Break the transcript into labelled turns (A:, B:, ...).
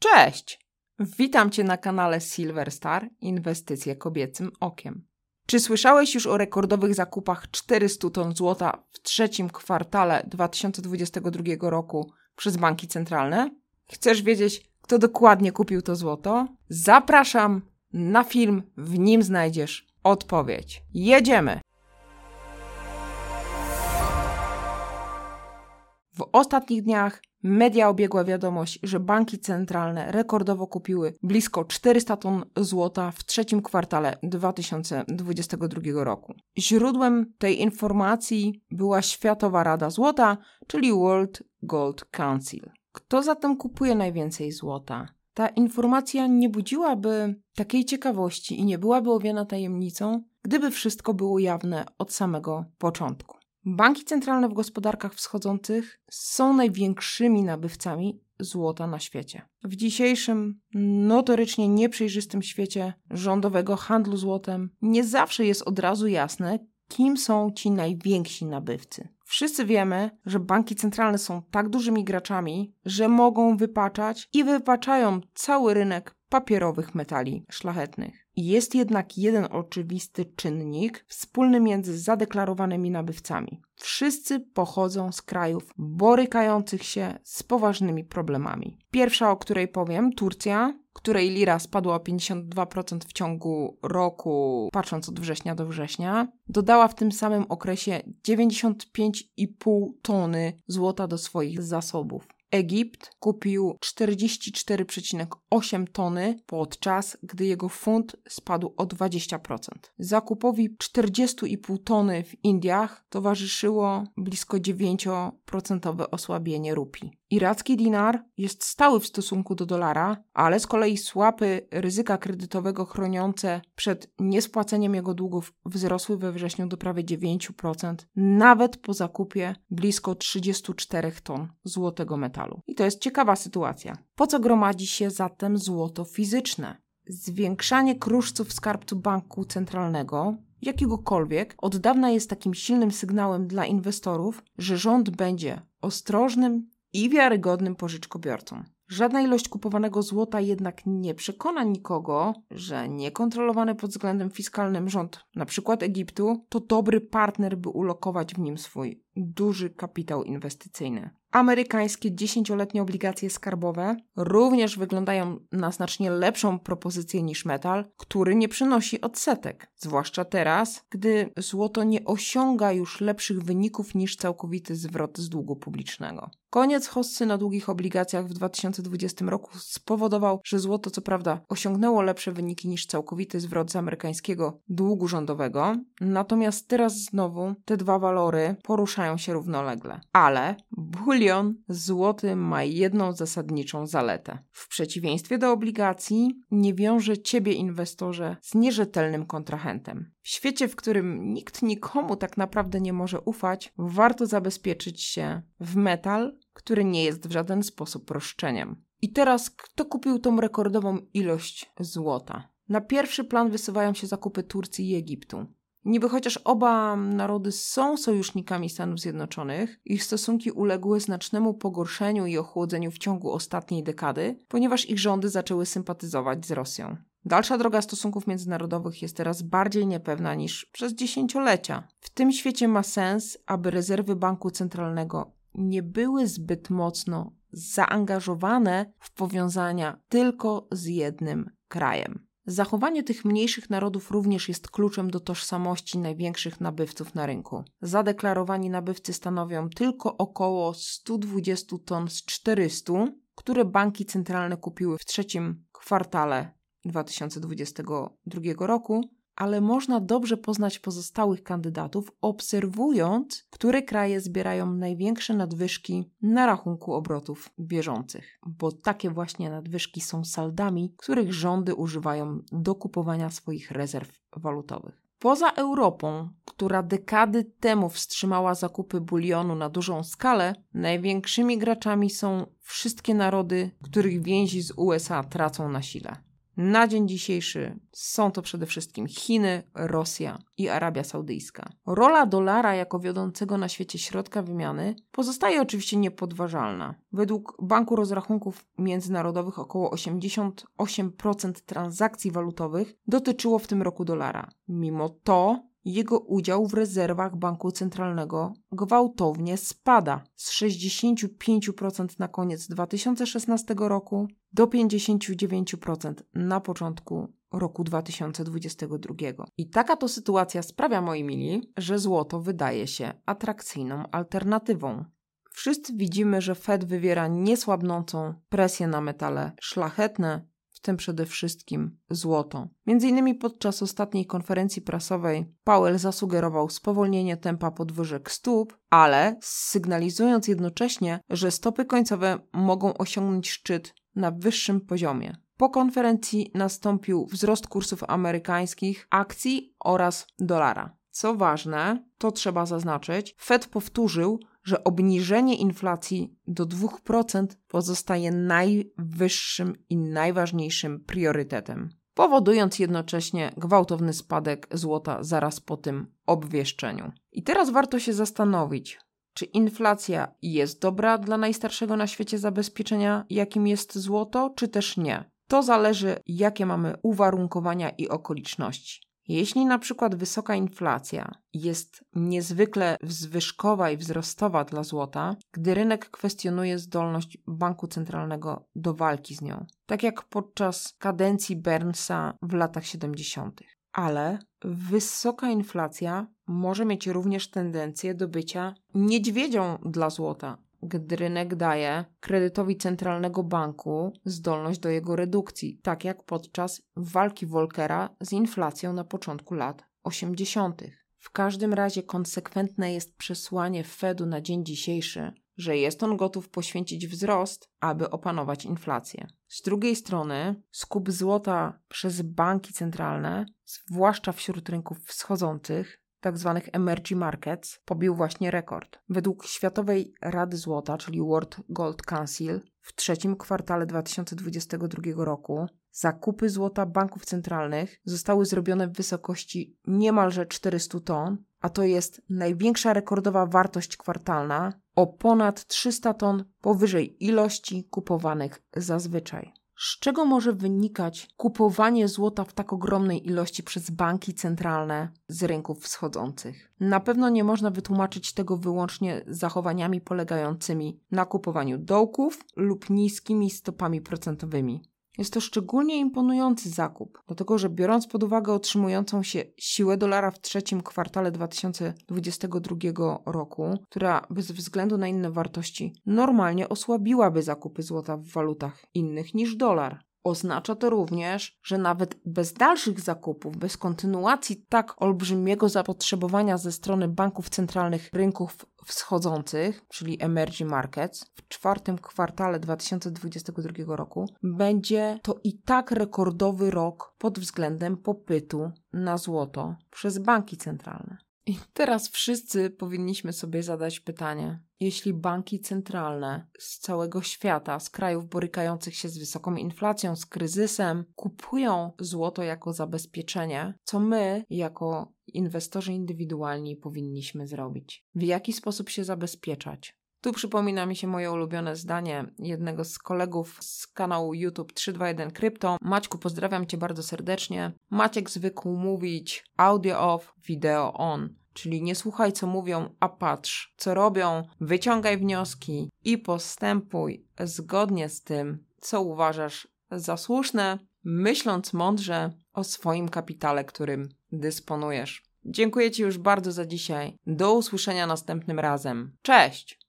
A: Cześć! Witam Cię na kanale Silver Star Inwestycje kobiecym okiem. Czy słyszałeś już o rekordowych zakupach 400 ton złota w trzecim kwartale 2022 roku przez banki centralne? Chcesz wiedzieć, kto dokładnie kupił to złoto? Zapraszam na film, w nim znajdziesz odpowiedź. Jedziemy! W ostatnich dniach media obiegła wiadomość, że banki centralne rekordowo kupiły blisko 400 ton złota w trzecim kwartale 2022 roku. Źródłem tej informacji była Światowa Rada Złota, czyli World Gold Council. Kto zatem kupuje najwięcej złota? Ta informacja nie budziłaby takiej ciekawości i nie byłaby owiana tajemnicą, gdyby wszystko było jawne od samego początku. Banki centralne w gospodarkach wschodzących są największymi nabywcami złota na świecie. W dzisiejszym, notorycznie nieprzejrzystym świecie rządowego handlu złotem nie zawsze jest od razu jasne, kim są ci najwięksi nabywcy. Wszyscy wiemy, że banki centralne są tak dużymi graczami, że mogą wypaczać i wypaczają cały rynek papierowych metali szlachetnych. Jest jednak jeden oczywisty czynnik wspólny między zadeklarowanymi nabywcami. Wszyscy pochodzą z krajów borykających się z poważnymi problemami. Pierwsza, o której powiem, Turcja, której lira spadła o 52% w ciągu roku, patrząc od września do września, dodała w tym samym okresie 95,5 tony złota do swoich zasobów. Egipt kupił 44,8 tony, podczas gdy jego funt spadł o 20%. Zakupowi 40,5 tony w Indiach towarzyszyło blisko 9% osłabienie rupii. Iracki dinar jest stały w stosunku do dolara, ale z kolei słapy ryzyka kredytowego chroniące przed niespłaceniem jego długów wzrosły we wrześniu do prawie 9%, nawet po zakupie blisko 34 ton złotego metalu. I to jest ciekawa sytuacja. Po co gromadzi się zatem złoto fizyczne? Zwiększanie kruszców skarbcu banku centralnego, jakiegokolwiek, od dawna jest takim silnym sygnałem dla inwestorów, że rząd będzie ostrożnym i wiarygodnym pożyczkobiorcą. Żadna ilość kupowanego złota jednak nie przekona nikogo, że niekontrolowany pod względem fiskalnym rząd, np. Egiptu, to dobry partner, by ulokować w nim swój duży kapitał inwestycyjny. Amerykańskie 10-letnie obligacje skarbowe również wyglądają na znacznie lepszą propozycję niż metal, który nie przynosi odsetek. Zwłaszcza teraz, gdy złoto nie osiąga już lepszych wyników niż całkowity zwrot z długu publicznego. Koniec hossy na długich obligacjach w 2020 roku spowodował, że złoto co prawda osiągnęło lepsze wyniki niż całkowity zwrot z amerykańskiego długu rządowego, natomiast teraz znowu te dwa walory poruszają się równolegle. Ale bulion złoty ma jedną zasadniczą zaletę. W przeciwieństwie do obligacji nie wiąże ciebie, inwestorze, z nierzetelnym kontrahentem. W świecie, w którym nikt nikomu tak naprawdę nie może ufać, warto zabezpieczyć się w metal, który nie jest w żaden sposób roszczeniem. I teraz kto kupił tą rekordową ilość złota? Na pierwszy plan wysuwają się zakupy Turcji i Egiptu. Niby chociaż oba narody są sojusznikami Stanów Zjednoczonych, ich stosunki uległy znacznemu pogorszeniu i ochłodzeniu w ciągu ostatniej dekady, ponieważ ich rządy zaczęły sympatyzować z Rosją. Dalsza droga stosunków międzynarodowych jest teraz bardziej niepewna niż przez dziesięciolecia. W tym świecie ma sens, aby rezerwy banku centralnego nie były zbyt mocno zaangażowane w powiązania tylko z jednym krajem. Zachowanie tych mniejszych narodów również jest kluczem do tożsamości największych nabywców na rynku. Zadeklarowani nabywcy stanowią tylko około 120 ton z 400, które banki centralne kupiły w trzecim kwartale 2022 roku, ale można dobrze poznać pozostałych kandydatów, obserwując, które kraje zbierają największe nadwyżki na rachunku obrotów bieżących, bo takie właśnie nadwyżki są saldami, których rządy używają do kupowania swoich rezerw walutowych. Poza Europą, która dekady temu wstrzymała zakupy bulionu na dużą skalę, największymi graczami są wszystkie narody, których więzi z USA tracą na sile. Na dzień dzisiejszy są to przede wszystkim Chiny, Rosja i Arabia Saudyjska. Rola dolara jako wiodącego na świecie środka wymiany pozostaje oczywiście niepodważalna. Według Banku Rozrachunków Międzynarodowych około 88% transakcji walutowych dotyczyło w tym roku dolara. Mimo to jego udział w rezerwach banku centralnego gwałtownie spada z 65% na koniec 2016 roku do 59% na początku roku 2022. I taka to sytuacja sprawia, moi mili, że złoto wydaje się atrakcyjną alternatywą. Wszyscy widzimy, że Fed wywiera niesłabnącą presję na metale szlachetne, w tym przede wszystkim złoto. Między innymi podczas ostatniej konferencji prasowej Powell zasugerował spowolnienie tempa podwyżek stóp, ale sygnalizując jednocześnie, że stopy końcowe mogą osiągnąć szczyt na wyższym poziomie. Po konferencji nastąpił wzrost kursów amerykańskich, akcji oraz dolara. Co ważne, to trzeba zaznaczyć, Fed powtórzył, że obniżenie inflacji do 2% pozostaje najwyższym i najważniejszym priorytetem, powodując jednocześnie gwałtowny spadek złota zaraz po tym obwieszczeniu. I teraz warto się zastanowić, czy inflacja jest dobra dla najstarszego na świecie zabezpieczenia, jakim jest złoto, czy też nie. To zależy, jakie mamy uwarunkowania i okoliczności. Jeśli na przykład wysoka inflacja jest niezwykle zwyżkowa i wzrostowa dla złota, gdy rynek kwestionuje zdolność banku centralnego do walki z nią, tak jak podczas kadencji Burnsa w latach 70. Ale wysoka inflacja może mieć również tendencję do bycia niedźwiedzią dla złota, gdy rynek daje kredytowi centralnego banku zdolność do jego redukcji, tak jak podczas walki Volckera z inflacją na początku lat 80. W każdym razie konsekwentne jest przesłanie Fedu na dzień dzisiejszy, że jest on gotów poświęcić wzrost, aby opanować inflację. Z drugiej strony skup złota przez banki centralne, zwłaszcza wśród rynków wschodzących, tzw. emerging markets, pobił właśnie rekord. Według Światowej Rady Złota, czyli World Gold Council, w trzecim kwartale 2022 roku zakupy złota banków centralnych zostały zrobione w wysokości niemalże 400 ton, a to jest największa rekordowa wartość kwartalna o ponad 300 ton powyżej ilości kupowanych zazwyczaj. Z czego może wynikać kupowanie złota w tak ogromnej ilości przez banki centralne z rynków wschodzących? Na pewno nie można wytłumaczyć tego wyłącznie zachowaniami polegającymi na kupowaniu dołków lub niskimi stopami procentowymi. Jest to szczególnie imponujący zakup, dlatego że biorąc pod uwagę utrzymującą się siłę dolara w trzecim kwartale 2022 roku, która bez względu na inne wartości normalnie osłabiłaby zakupy złota w walutach innych niż dolar. Oznacza to również, że nawet bez dalszych zakupów, bez kontynuacji tak olbrzymiego zapotrzebowania ze strony banków centralnych rynków wschodzących, czyli emerging markets, w czwartym kwartale 2022 roku będzie to i tak rekordowy rok pod względem popytu na złoto przez banki centralne. I teraz wszyscy powinniśmy sobie zadać pytanie. Jeśli banki centralne z całego świata, z krajów borykających się z wysoką inflacją, z kryzysem, kupują złoto jako zabezpieczenie, co my, jako inwestorzy indywidualni, powinniśmy zrobić? W jaki sposób się zabezpieczać? Tu przypomina mi się moje ulubione zdanie jednego z kolegów z kanału YouTube 321 Crypto. Maćku, pozdrawiam Cię bardzo serdecznie. Maciek zwykł mówić audio off, video on. Czyli nie słuchaj, co mówią, a patrz, co robią, wyciągaj wnioski i postępuj zgodnie z tym, co uważasz za słuszne, myśląc mądrze o swoim kapitale, którym dysponujesz. Dziękuję Ci już bardzo za dzisiaj. Do usłyszenia następnym razem. Cześć!